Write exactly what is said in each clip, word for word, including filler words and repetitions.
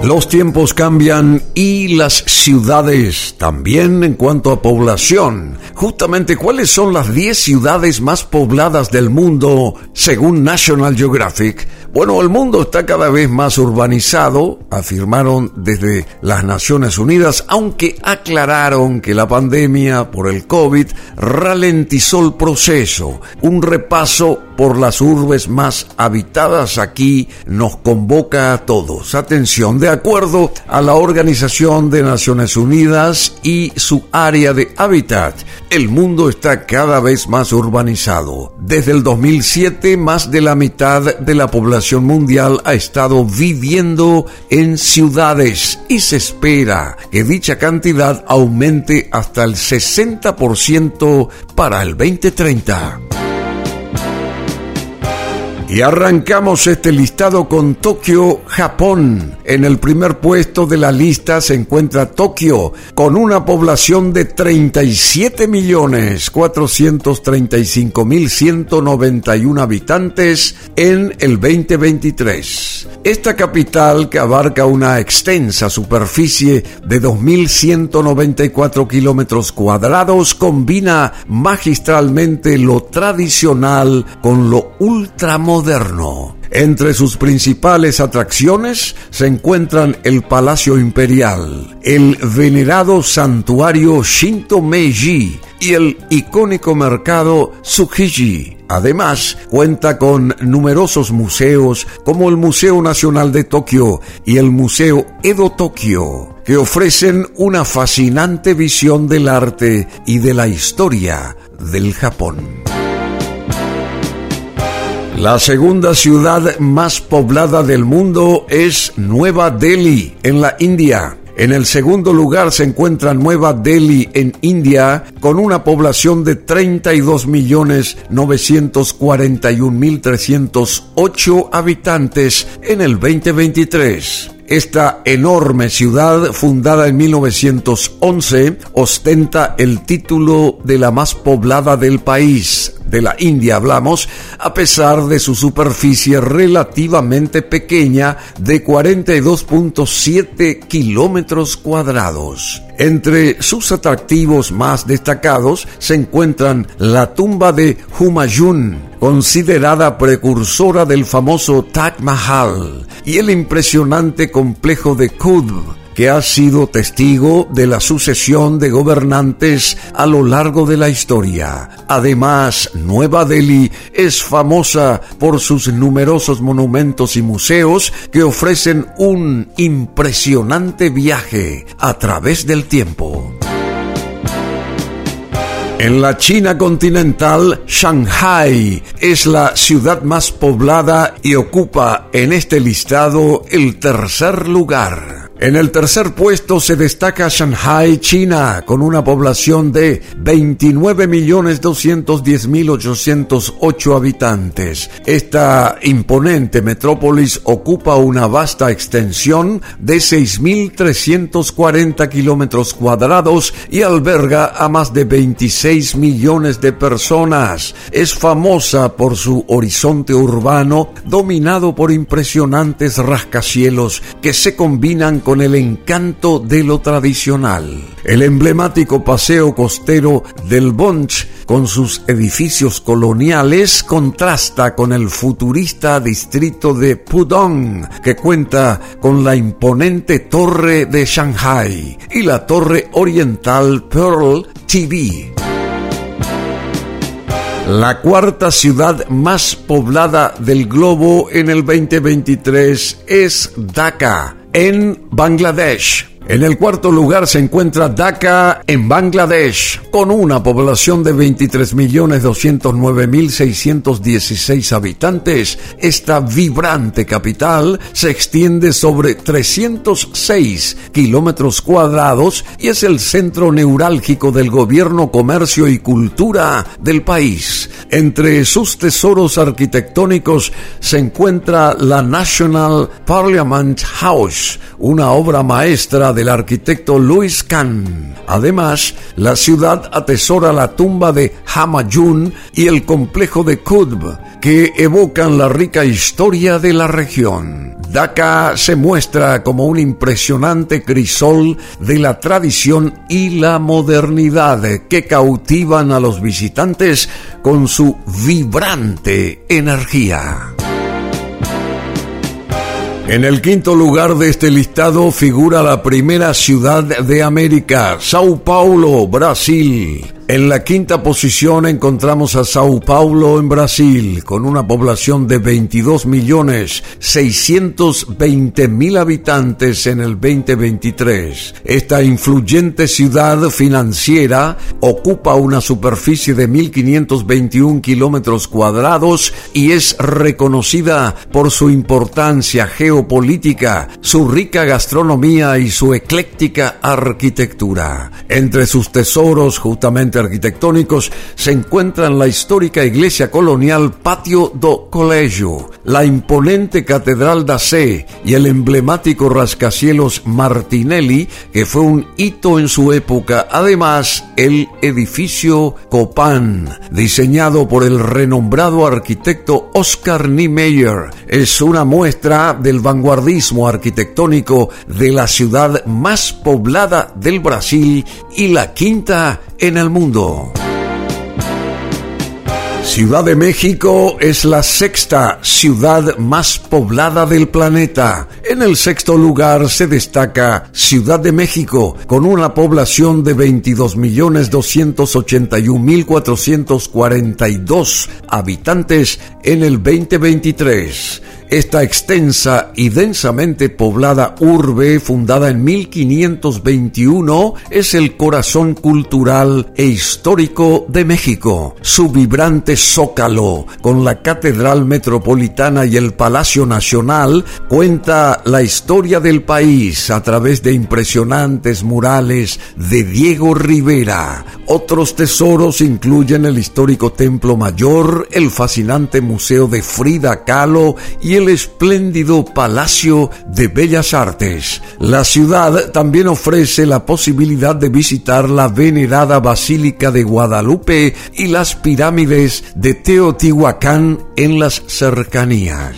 Los tiempos cambian y las ciudades también en cuanto a población. Justamente, ¿cuáles son las diez ciudades más pobladas del mundo según National Geographic? Bueno, el mundo está cada vez más urbanizado, afirmaron desde las Naciones Unidas, aunque aclararon que la pandemia por el COVID ralentizó el proceso. Un repaso por las urbes más habitadas aquí nos convoca a todos. Atención, de acuerdo a la Organización de Naciones Unidas y su área de hábitat, el mundo está cada vez más urbanizado. Desde el dos mil siete, más de la mitad de la población mundial ha estado viviendo en ciudades y se espera que dicha cantidad aumente hasta el sesenta por ciento para el veinte treinta. Y arrancamos este listado con Tokio, Japón. En el primer puesto de la lista se encuentra Tokio, con una población de treinta y siete millones cuatrocientos treinta y cinco mil ciento noventa y uno habitantes en el veinte veintitrés. Esta capital, que abarca una extensa superficie de dos mil ciento noventa y cuatro kilómetros cuadrados, combina magistralmente lo tradicional con lo ultramoderno. Moderno. Entre sus principales atracciones se encuentran el Palacio Imperial, el venerado santuario Shinto Meiji y el icónico mercado Tsukiji. Además, cuenta con numerosos museos como el Museo Nacional de Tokio y el Museo Edo Tokio, que ofrecen una fascinante visión del arte y de la historia del Japón. La segunda ciudad más poblada del mundo es Nueva Delhi, en la India. En el segundo lugar se encuentra Nueva Delhi, en India, con una población de treinta y dos millones novecientos cuarenta y un mil trescientos ocho habitantes en el veinte veintitrés. Esta enorme ciudad, fundada en mil novecientos once, ostenta el título de la más poblada del país, de la India hablamos, a pesar de su superficie relativamente pequeña de cuarenta y dos punto siete kilómetros cuadrados. Entre sus atractivos más destacados se encuentran la tumba de Humayun, considerada precursora del famoso Taj Mahal, y el impresionante complejo de Qutb, que ha sido testigo de la sucesión de gobernantes a lo largo de la historia. Además, Nueva Delhi es famosa por sus numerosos monumentos y museos que ofrecen un impresionante viaje a través del tiempo. En la China continental, Shanghái es la ciudad más poblada y ocupa en este listado el tercer lugar. En el tercer puesto se destaca Shanghái, China, con una población de veintinueve millones doscientos diez mil ochocientos ocho habitantes. Esta imponente metrópolis ocupa una vasta extensión de seis mil trescientos cuarenta kilómetros cuadrados y alberga a más de veintiséis millones de personas. Es famosa por su horizonte urbano dominado por impresionantes rascacielos que se combinan con el encanto de lo tradicional. El emblemático paseo costero del Bunch, con sus edificios coloniales, contrasta con el futurista distrito de Pudong, que cuenta con la imponente Torre de Shanghái y la Torre Oriental Pearl T V. La cuarta ciudad más poblada del globo en el veinte veintitrés es Dhaka, en Bangladesh. En el cuarto lugar se encuentra Dhaka, en Bangladesh, con una población de veintitrés millones doscientos nueve mil seiscientos dieciséis habitantes. Esta vibrante capital se extiende sobre trescientos seis kilómetros cuadrados y es el centro neurálgico del gobierno, comercio y cultura del país. Entre sus tesoros arquitectónicos se encuentra la National Parliament House, una obra maestra del arquitecto Louis Kahn. Además, la ciudad atesora la tumba de Humayun y el complejo de Qutb, que evocan la rica historia de la región. Dhaka se muestra como un impresionante crisol de la tradición y la modernidad que cautivan a los visitantes con su vibrante energía. En el quinto lugar de este listado figura la primera ciudad de América, Sao Paulo, Brasil. En la quinta posición encontramos a Sao Paulo en Brasil, con una población de veintidós millones seiscientos veinte mil habitantes en el veinte veintitrés. Esta influyente ciudad financiera ocupa una superficie de mil quinientos veintiún kilómetros cuadrados y es reconocida por su importancia geopolítica, su rica gastronomía y su ecléctica arquitectura. Entre sus tesoros, justamente arquitectónicos, se encuentran la histórica iglesia colonial Patio do Colégio, la imponente Catedral da Sé y el emblemático rascacielos Martinelli, que fue un hito en su época. Además, el edificio Copan, diseñado por el renombrado arquitecto Oscar Niemeyer, es una muestra del vanguardismo arquitectónico de la ciudad más poblada del Brasil y la quinta en el mundo. Ciudad de México es la sexta ciudad más poblada del planeta. En el sexto lugar se destaca Ciudad de México, con una población de veintidós millones doscientos ochenta y un mil cuatrocientos cuarenta y dos habitantes en el veinte veintitrés. Esta extensa y densamente poblada urbe, fundada en mil quinientos veintiuno, es el corazón cultural e histórico de México. Su vibrante zócalo, con la Catedral Metropolitana y el Palacio Nacional, cuenta la historia del país a través de impresionantes murales de Diego Rivera. Otros tesoros incluyen el histórico Templo Mayor, el fascinante Museo de Frida Kahlo y el espléndido Palacio de Bellas Artes. La ciudad también ofrece la posibilidad de visitar la venerada Basílica de Guadalupe y las pirámides de Teotihuacán en las cercanías.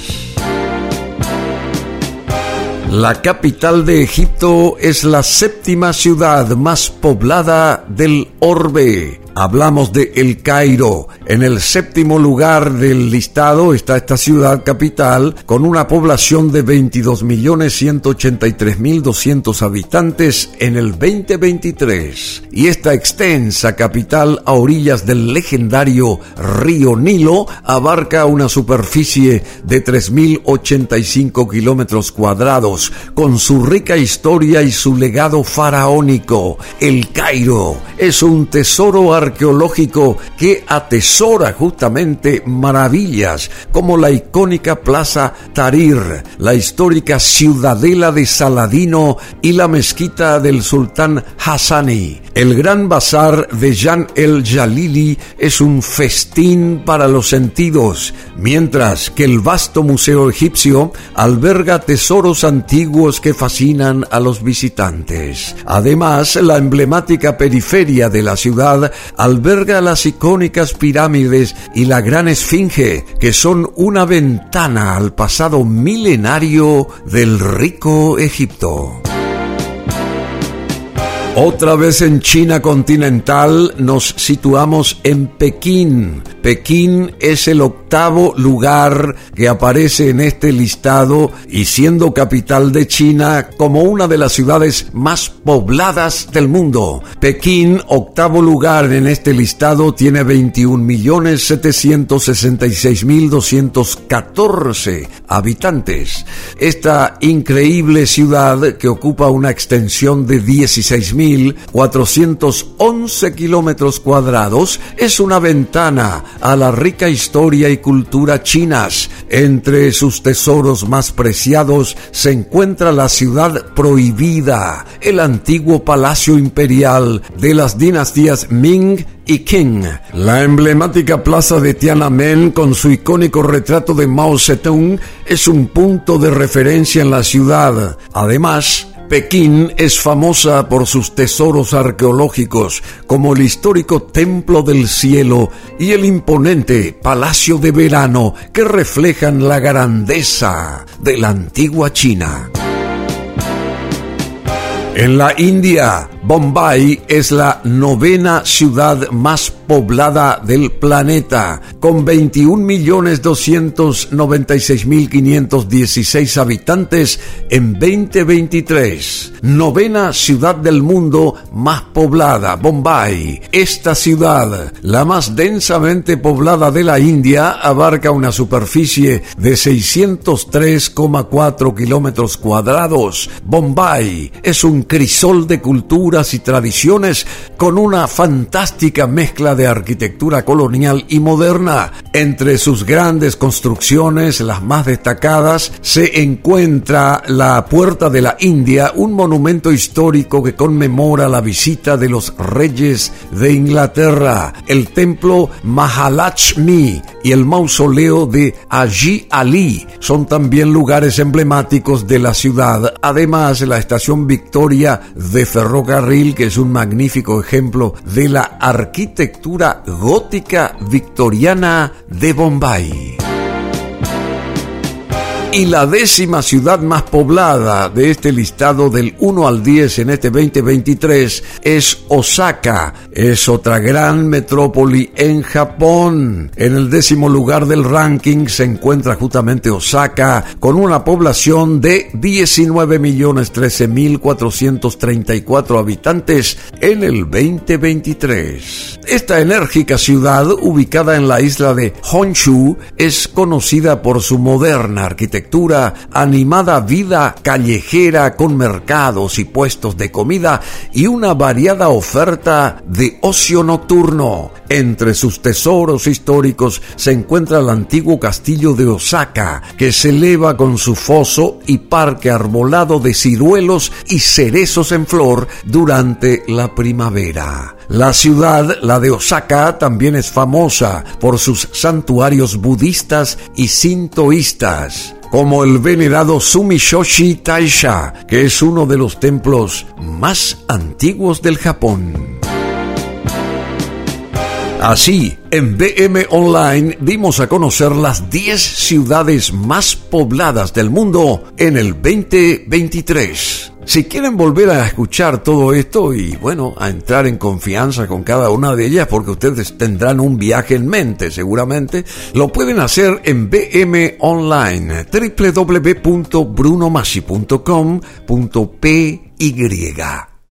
La capital de Egipto es la séptima ciudad más poblada del orbe. Hablamos de El Cairo. En el séptimo lugar del listado está esta ciudad capital con una población de veintidós millones ciento ochenta y tres mil doscientos habitantes en el veinte veintitrés. Y esta extensa capital a orillas del legendario río Nilo abarca una superficie de tres mil ochenta y cinco kilómetros cuadrados, con su rica historia y su legado faraónico. El Cairo es un tesoro arqueológico que atesora justamente maravillas como la icónica Plaza Tahrir, la histórica Ciudadela de Saladino y la mezquita del Sultán Hassani. El Gran Bazar de Jan el Jalili es un festín para los sentidos, mientras que el vasto museo egipcio alberga tesoros antiguos que fascinan a los visitantes. Además, la emblemática periferia de la ciudad alberga las icónicas pirámides y la Gran Esfinge, que son una ventana al pasado milenario del rico Egipto. Otra vez en China continental nos situamos en Pekín. Pekín es el octavo lugar que aparece en este listado y siendo capital de China como una de las ciudades más pobladas del mundo. Pekín, octavo lugar en este listado, tiene veintiún millones setecientos sesenta y seis mil doscientos catorce habitantes. Esta increíble ciudad, que ocupa una extensión de dieciséis mil cuatrocientos once kilómetros cuadrados, es una ventana a la rica historia y cultura chinas. Entre sus tesoros más preciados se encuentra la ciudad prohibida, el antiguo palacio imperial de las dinastías Ming y Qing, la emblemática plaza de Tiananmen con su icónico retrato de Mao Zedong es un punto de referencia en la ciudad. Además, Pekín es famosa por sus tesoros arqueológicos, como el histórico Templo del Cielo y el imponente Palacio de Verano, que reflejan la grandeza de la antigua China. En la India, Bombay es la novena ciudad más poblada del planeta, con veintiún millones doscientos noventa y seis mil quinientos dieciséis habitantes en veinte veintitrés. Novena ciudad del mundo más poblada, Bombay. Esta ciudad, la más densamente poblada de la India, abarca una superficie de seiscientos tres coma cuatro kilómetros cuadrados. Bombay es un crisol de culturas y tradiciones con una fantástica mezcla de arquitectura colonial y moderna. Entre sus grandes construcciones, las más destacadas, se encuentra la Puerta de la India, un monumento histórico que conmemora la visita de los reyes de Inglaterra, el templo Mahalakshmi y el mausoleo de Haji Ali son también lugares emblemáticos de la ciudad. Además, la estación Victoria de ferrocarril, que es un magnífico ejemplo de la arquitectura gótica victoriana de Bombay. Y la décima ciudad más poblada de este listado del uno al diez en este veinte veintitrés es Osaka. Es otra gran metrópoli en Japón. En el décimo lugar del ranking se encuentra justamente Osaka, con una población de diecinueve millones trece mil cuatrocientos treinta y cuatro habitantes en el veinte veintitrés. Esta enérgica ciudad, ubicada en la isla de Honshu, es conocida por su moderna arquitectura, animada vida callejera con mercados y puestos de comida y una variada oferta de ocio nocturno. Entre sus tesoros históricos se encuentra el antiguo castillo de Osaka, que se eleva con su foso y parque arbolado de ciruelos y cerezos en flor durante la primavera. La ciudad, la de Osaka, también es famosa por sus santuarios budistas y sintoístas, como el venerado Sumishoshi Taisha, que es uno de los templos más antiguos del Japón. Así, en B M Online dimos a conocer las diez ciudades más pobladas del mundo en el veinte veintitrés. Si quieren volver a escuchar todo esto y, bueno, a entrar en confianza con cada una de ellas, porque ustedes tendrán un viaje en mente seguramente, lo pueden hacer en B M Online, w w w punto bruno masi punto com punto p y.